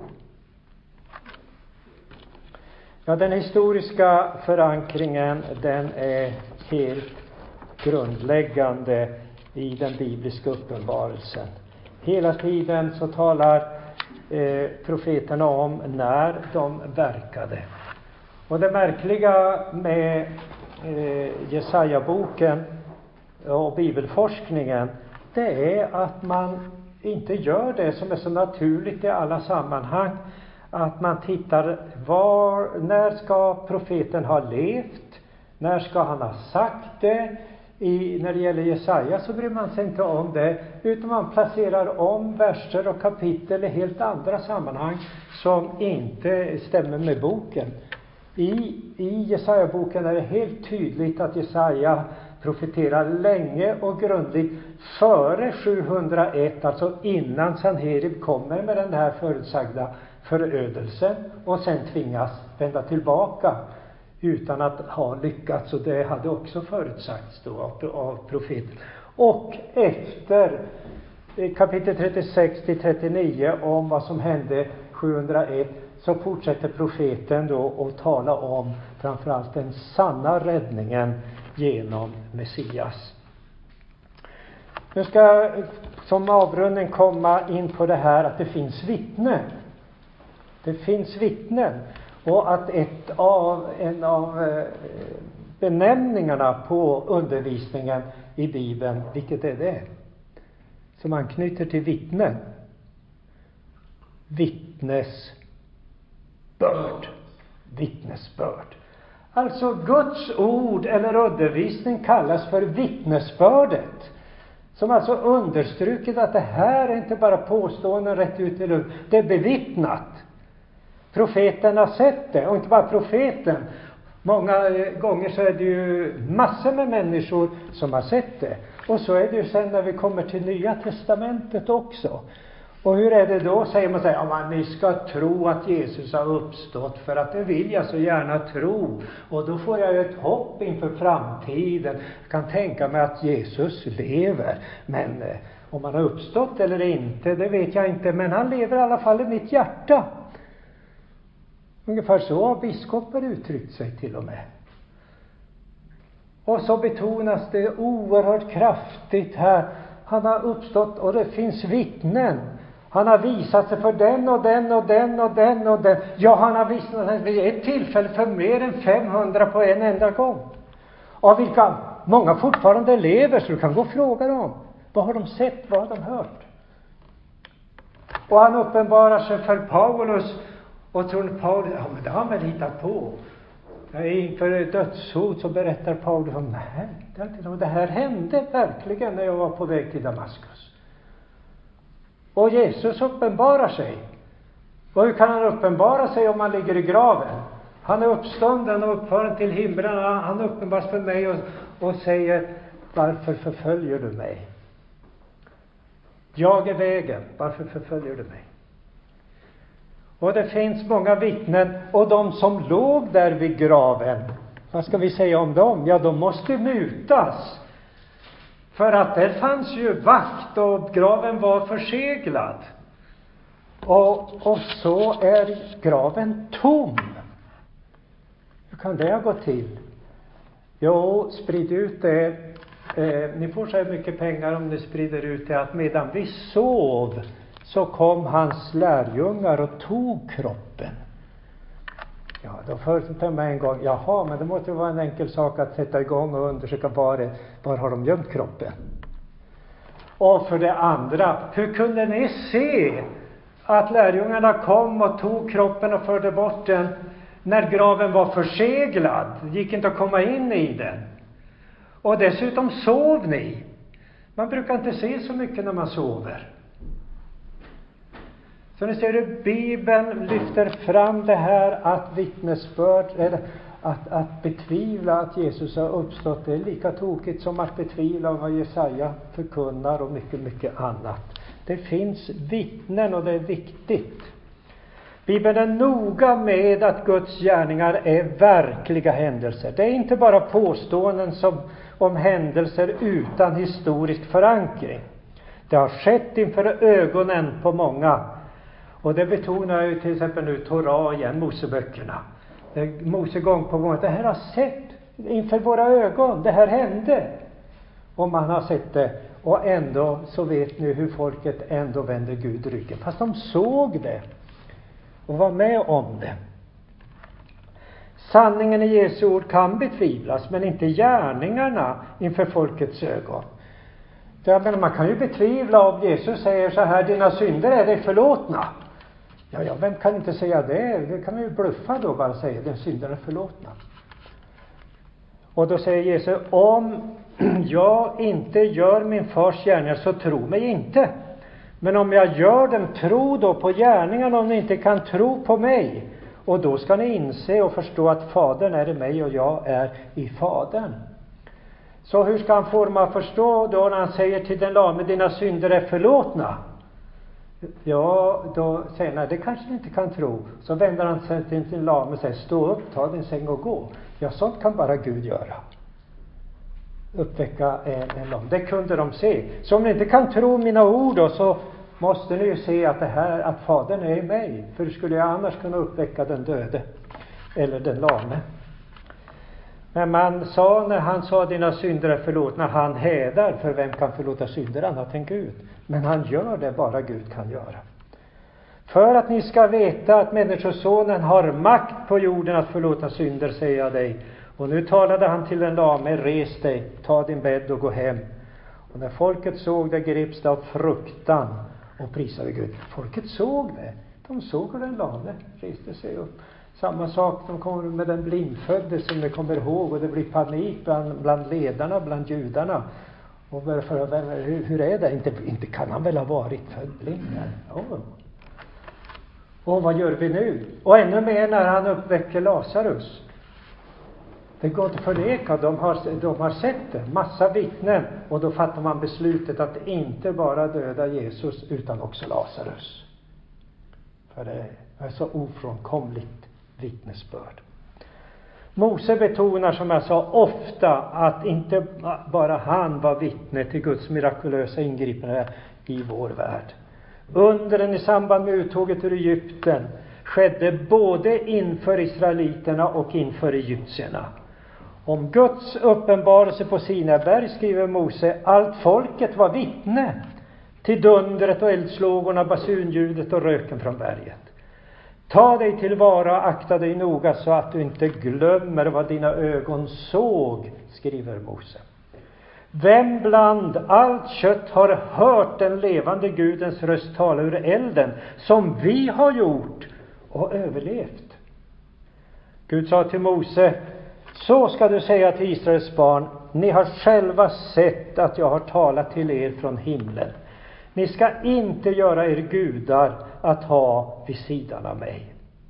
Ja, den historiska förankringen, den är helt grundläggande i den bibliska uppenbarelsen. Hela tiden så talar profeterna om när de verkade. Och det märkliga med Jesaja-boken och bibelforskningen, det är att man inte gör det som är så naturligt i alla sammanhang, att man tittar när ska profeten ha levt, när ska han ha sagt det. När det gäller Jesaja så bryr man sig inte om det, utan man placerar om verser och kapitel i helt andra sammanhang som inte stämmer med boken. I Jesaja-boken är det helt tydligt att Jesaja profeterar länge och grundligt före 701, alltså innan Sanherib kommer med den här förutsagda förödelsen och sen tvingas vända tillbaka utan att ha lyckats, och det hade också förutsagts då av profeten. Och efter kapitel 36-39 om vad som hände 701 så fortsätter profeten då att tala om framförallt den sanna räddningen genom Messias. Nu ska jag som avrundning komma in på det här att det finns vittnen. Det finns vittnen. Och att en av benämningarna på undervisningen i Bibeln, vilket är det? Som anknyter till vittnen. Vittnesbörd. Vittnesbörd. Alltså Guds ord eller undervisning kallas för vittnesbördet. Som alltså understrukit att det här är inte bara påståenden rätt ut i luften. Det är bevittnat. Profeten har sett det, och inte bara profeten. Många gånger så är det ju massor med människor som har sett det. Och så är det ju sen när vi kommer till Nya Testamentet också. Och hur är det då? Säger man så här, ja, ni ska tro att Jesus har uppstått, för att det vill jag så gärna tro. Och då får jag ju ett hopp inför framtiden. Jag kan tänka mig att Jesus lever. Men om han har uppstått eller inte, det vet jag inte. Men han lever i alla fall i mitt hjärta. Ungefär så har biskopar uttryckt sig till och med. Och så betonas det oerhört kraftigt här. Han har uppstått och det finns vittnen. Han har visat sig för den och den och den och den och den. Ja, han har visat sig vid ett tillfälle för mer än 500 på en enda gång. Av vilka många fortfarande lever, så du kan gå och fråga dem. Vad har de sett? Vad har de hört? Och han uppenbarar sig för Paulus. Och tror Paulus, ja men det har han väl hittat på. Inför dödshot så berättar Paulus om det här hände verkligen när jag var på väg till Damaskus. Och Jesus uppenbarar sig. Och hur kan han uppenbara sig om han ligger i graven? Han är uppstånden och uppförd till himlen. Han uppenbaras för mig och säger, varför förföljer du mig? Jag är vägen, varför förföljer du mig? Och det finns många vittnen, och de som låg där vid graven, vad ska vi säga om dem? Ja, de måste mutas. För att där fanns ju vakt och graven var förseglad. Och så är graven tom. Hur kan det ha gått till? Jo, sprid ut det. Ni får så mycket pengar om ni sprider ut det, att medan vi sov så kom hans lärjungar och tog kroppen. Ja, då föreställde jag mig en gång, jaha, men det måste vara en enkel sak att sätta igång och undersöka var har de gömt kroppen. Och för det andra, hur kunde ni se att lärjungarna kom och tog kroppen och förde bort den när graven var förseglad? Det gick inte att komma in i den. Och dessutom sov ni. Man brukar inte se så mycket när man sover. Så ni ser du, Bibeln lyfter fram det här att vittnesbörd, eller att betvivla att Jesus har uppstått. Det är lika tokigt som att betvivla vad Jesaja förkunnar och mycket, mycket annat. Det finns vittnen och det är viktigt. Bibeln är noga med att Guds gärningar är verkliga händelser. Det är inte bara påståenden om händelser utan historisk förankring. Det har skett inför ögonen på många. Och det betonar ju till exempel nu Torah igen, Moseböckerna. Mose gång på gång, det här har sett inför våra ögon, det här hände. Och man har sett det, och ändå så vet ni hur folket ändå vänder Gud ryggen. Fast de såg det och var med om det. Sanningen i Jesu ord kan betvivlas, men inte gärningarna inför folkets ögon. Men man kan ju betvivla om Jesus säger så här, dina synder är dig förlåtna. Ja, vem kan inte säga det? Det kan man ju bluffa då, bara säga, den synden är förlåtna. Och då säger Jesus, om jag inte gör min fars gärningar så tro mig inte. Men om jag gör dem, tro då på gärningarna om ni inte kan tro på mig. Och då ska ni inse och förstå att Fadern är i mig och jag är i Fadern. Så hur ska han få dem att förstå då när han säger till den lame, dina synder är förlåtna? Ja, då säger han, det kanske ni inte kan tro. Så vänder han sig till sin lame och säger, stå upp, ta din säng och gå. Ja, sånt kan bara Gud göra. Uppväcka en lame. Det kunde de se. Så om ni inte kan tro mina ord då, så måste ni ju se att Fadern är i mig. För hur skulle jag annars kunna uppväcka den döde eller den lame? Men när han sa dina synder är förlåtna, han hädar, för vem kan förlåta synder annat än Gud? Men han gör det bara Gud kan göra. För att ni ska veta att människosonen har makt på jorden att förlåta synder, säger jag dig. Och nu talade han till den lame, res dig, ta din bädd och gå hem. Och när folket såg det greps det av fruktan och prisade Gud. Folket såg det. De såg hur den lame reste sig upp. Samma sak, de kommer med den blindfödde som de kommer ihåg, och det blir panik bland ledarna, bland judarna. Och hur är det? Inte kan han väl ha varit född blind? Ja. Och vad gör vi nu? Och ännu mer när han uppväcker Lazarus. Det går inte att förneka, de har sett det, massa vittnen. Och då fattar man beslutet att inte bara döda Jesus utan också Lazarus. För det är så ofrånkomligt vittnesbörd. Mose betonar, som jag sa, ofta att inte bara han var vittne till Guds mirakulösa ingripande i vår värld. Undren i samband med uttåget ur Egypten skedde både inför israeliterna och inför egyptierna. Om Guds uppenbarelse på Sinaiberg skriver Mose: allt folket var vittne till dundret och eldslågorna, basunljudet och röken från berget. Ta dig tillvara och akta dig noga så att du inte glömmer vad dina ögon såg, skriver Mose. Vem bland allt kött har hört den levande Gudens röst tala ur elden, som vi har gjort och överlevt? Gud sa till Mose: så ska du säga till Israels barn, ni har själva sett att jag har talat till er från himlen. Ni ska inte göra er gudar att ha vid sidan av mig.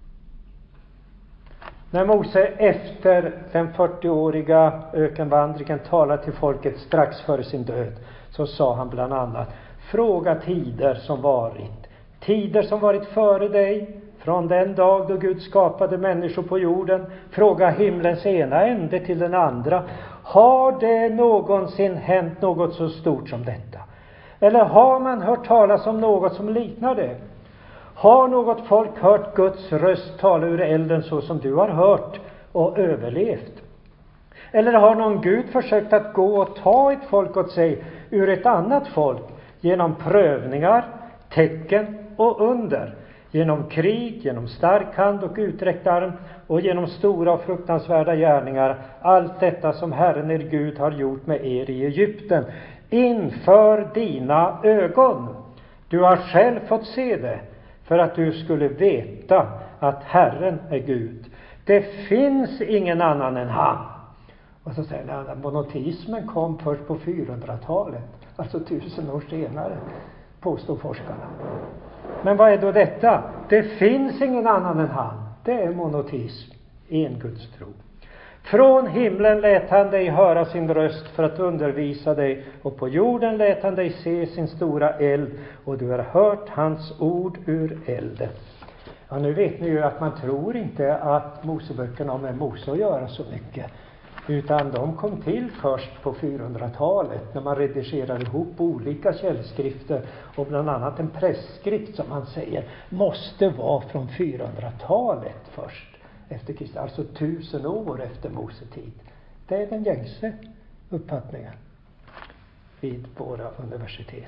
När Mose efter den 40-åriga ökenvandringen talade till folket strax före sin död, så sa han bland annat: fråga tider som varit före dig, från den dag då Gud skapade människor på jorden. Fråga himlens ena ände till den andra. Har det någonsin hänt något så stort som detta? Eller har man hört talas om något som liknar det? Har något folk hört Guds röst tala ur elden så som du har hört och överlevt? Eller har någon Gud försökt att gå och ta ett folk åt sig ur ett annat folk genom prövningar, tecken och under? Genom krig, genom stark hand och uträckt arm och genom stora och fruktansvärda gärningar. Allt detta som Herren er Gud har gjort med er i Egypten inför dina ögon. Du har själv fått se det för att du skulle veta att Herren är Gud. Det finns ingen annan än han. Och så säger han att monoteismen kom först på 400-talet. Alltså 1000 år senare, påstår forskarna. Men vad är då detta? Det finns ingen annan än han. Det är monoteism, en Guds tro. Från himlen lät han dig höra sin röst för att undervisa dig, och på jorden lät han dig se sin stora eld, och du har hört hans ord ur elden. Ja, nu vet ni ju att man tror inte att Moseböckerna har med Mose att göra så mycket, utan de kom till först på 400-talet när man redigerade ihop olika källskrifter, och bland annat en prästskrift som man säger måste vara från 400-talet först efter Kristus, alltså 1000 år efter Mose tid. Det är den gängse uppfattningen vid våra universitet.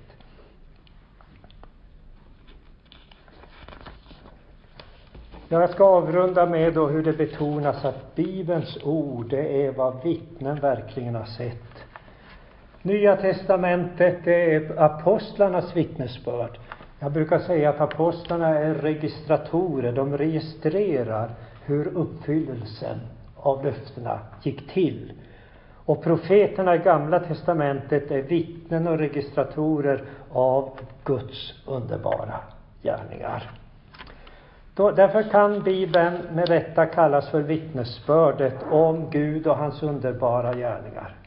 Jag ska avrunda med då hur det betonas att Bibelns ord, det är vad vittnen verkligen har sett. Nya testamentet, det är apostlarnas vittnesbörd. Jag brukar säga att apostlarna är registratorer. De registrerar hur uppfyllelsen av löftena gick till. Och profeterna i Gamla testamentet är vittnen och registratorer av Guds underbara gärningar. Därför kan Bibeln med rätta kallas för vittnesbördet om Gud och hans underbara gärningar.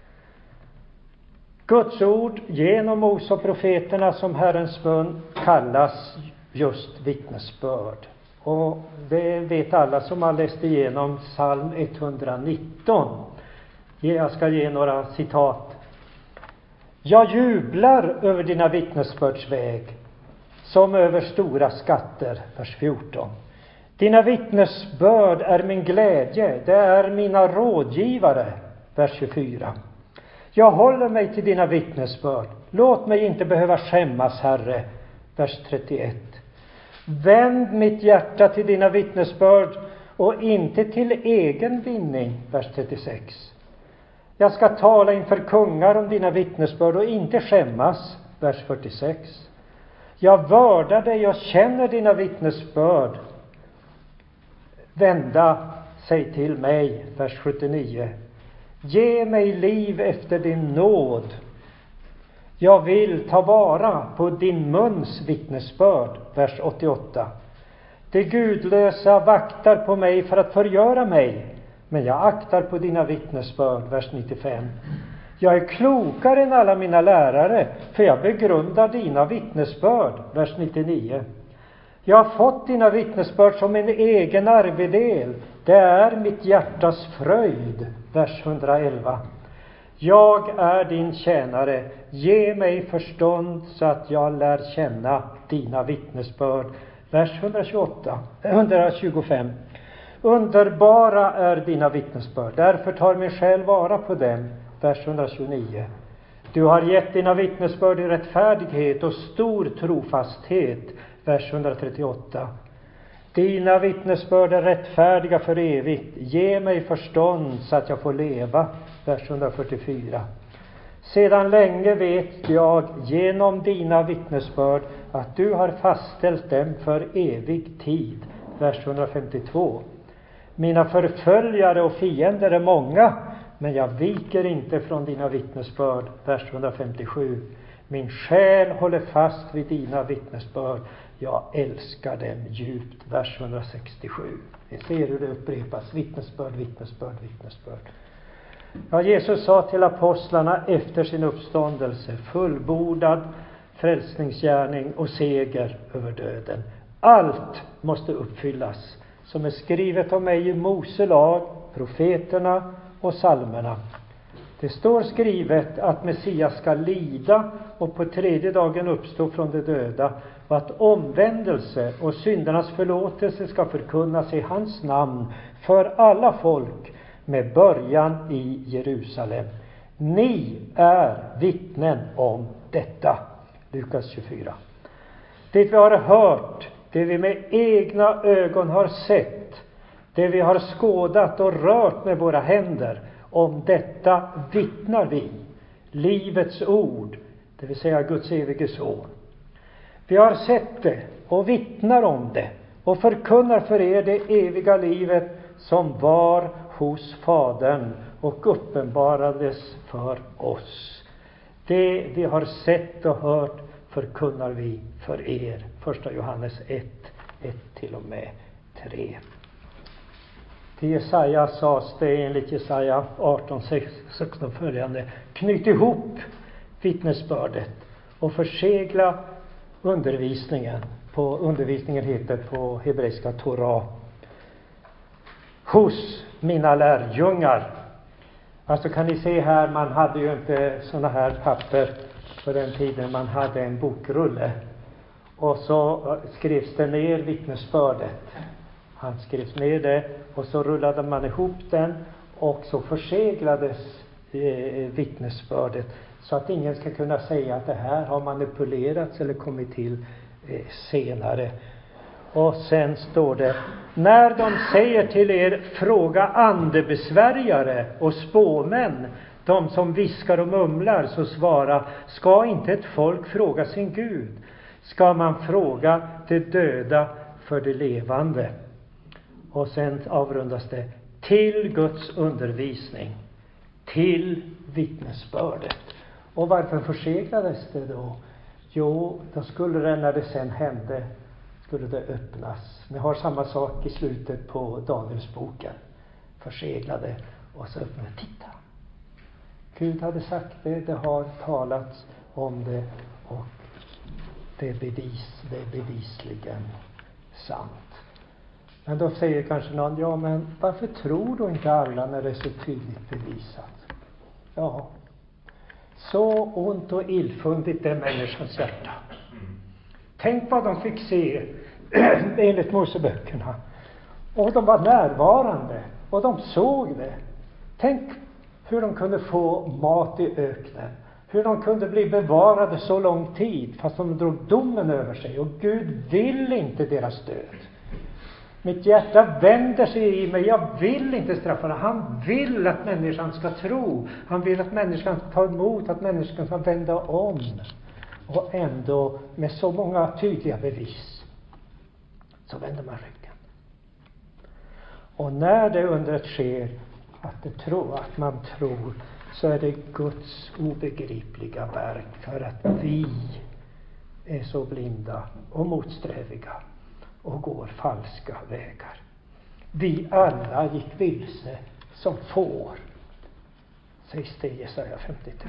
Guds ord genom Mose och profeterna som Herrens mun kallas just vittnesbörd. Och det vet alla som har läst igenom psalm 119. Jag ska ge några citat. Jag jublar över dina vittnesbördsväg som över stora skatter, vers 14. Dina vittnesbörd är min glädje, det är mina rådgivare. Vers 24. Jag håller mig till dina vittnesbörd. Låt mig inte behöva skämmas, Herre. Vers 31. Vänd mitt hjärta till dina vittnesbörd och inte till egen vinning. Vers 36. Jag ska tala inför kungar om dina vittnesbörd och inte skämmas. Vers 46. Jag vördar dig och känner dina vittnesbörd. Vända sig till mig. Vers 79. Ge mig liv efter din nåd. Jag vill ta vara på din muns vittnesbörd. Vers 88. De gudlösa vaktar på mig för att förgöra mig, men jag aktar på dina vittnesbörd. Vers 95. Jag är klokare än alla mina lärare, för jag begrundar dina vittnesbörd. Vers 99. Jag har fått dina vittnesbörd som en egen arvedel. Det är mitt hjärtas fröjd. Vers 111. Jag är din tjänare. Ge mig förstånd så att jag lär känna dina vittnesbörd. Vers 125. Underbara är dina vittnesbörd. Därför tar min själ vara på dem. Vers 129. Du har gett dina vittnesbörd i rättfärdighet och stor trofasthet. Vers 138. Dina vittnesbörd är rättfärdiga för evigt. Ge mig förstånd så att jag får leva. Vers 144. Sedan länge vet jag genom dina vittnesbörd att du har fastställt dem för evig tid. Vers 152. Mina förföljare och fiender är många, men jag viker inte från dina vittnesbörd. Vers 157. Min själ håller fast vid dina vittnesbörd. Jag älskar dem djupt. Vers 167. Vi ser hur det upprepas. Vittnesbörd, vittnesbörd, vittnesbörd. Ja, Jesus sa till apostlarna efter sin uppståndelse: fullbordad frälsningsgärning och seger över döden. Allt måste uppfyllas som är skrivet om mig i Mose lag, profeterna och psalmerna. Det står skrivet att Messias ska lida och på tredje dagen uppstå från de döda, och att omvändelse och syndernas förlåtelse ska förkunnas i hans namn för alla folk med början i Jerusalem. Ni är vittnen om detta. Lukas 24. Det vi har hört, det vi med egna ögon har sett, det vi har skådat och rört med våra händer, om detta vittnar vi. Livets ord, det vill säga Guds evige son. Vi har sett det och vittnar om det och förkunnar för er det eviga livet som var hos Fadern och uppenbarades för oss. Det vi har sett och hört förkunnar vi för er. 1 Johannes 1, 1-3. Till Jesaja sades det enligt Jesaja 18, 16 följande: knyt ihop vittnesbördet och försegla undervisningen. Undervisningen heter på hebreiska Torah. Hos mina lärjungar. Alltså kan ni se här, man hade ju inte såna här papper på den tiden. Man hade en bokrulle. Och så skrevs det ner vittnesbördet. Han skrevs ner det och så rullade man ihop den och så förseglades vittnesbördet, så att ingen ska kunna säga att det här har manipulerats eller kommit till senare. Och sen står det: när de säger till er, fråga andebesvärjare och spåmän, de som viskar och mumlar, så svara: ska inte ett folk fråga sin Gud? Ska man fråga de döda för de levande? Och sen avrundas det: till Guds undervisning, till vittnesbördet. Och varför förseglades det då? Jo, då skulle det, när det sen hände, skulle det öppnas. Ni har samma sak i slutet på Danielsboken. Förseglade och så öppnade. Titta! Gud hade sagt det, det har talats om det och det är bevisligen sant. Men då säger kanske någon: ja, men varför tror då inte alla när det är så tydligt bevisat? Ja, så ont och illfundigt är människans hjärta. Tänk vad de fick se enligt Moseböckerna. Och de var närvarande. Och de såg det. Tänk hur de kunde få mat i öknen. Hur de kunde bli bevarade så lång tid. Fast de drog domen över sig. Och Gud vill inte deras död. Mitt hjärta vänder sig i mig. Jag vill inte straffa det. Han vill att människan ska tro. Han vill att människan ska ta emot. Att människan ska vända om. Och ändå med så många tydliga bevis så vänder man ryggen. Och när det undret sker att man tror, så är det Guds obegripliga verk. För att vi är så blinda och motsträviga och går falska vägar. Vi alla gick vilse som får, sägs det i Jesaja 53.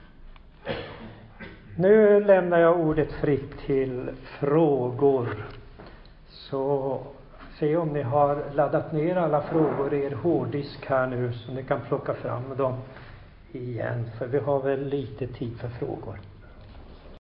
Nu lämnar jag ordet fritt till frågor. Så se om ni har laddat ner alla frågor i er hårddisk här nu, så ni kan plocka fram dem igen. För vi har väl lite tid för frågor.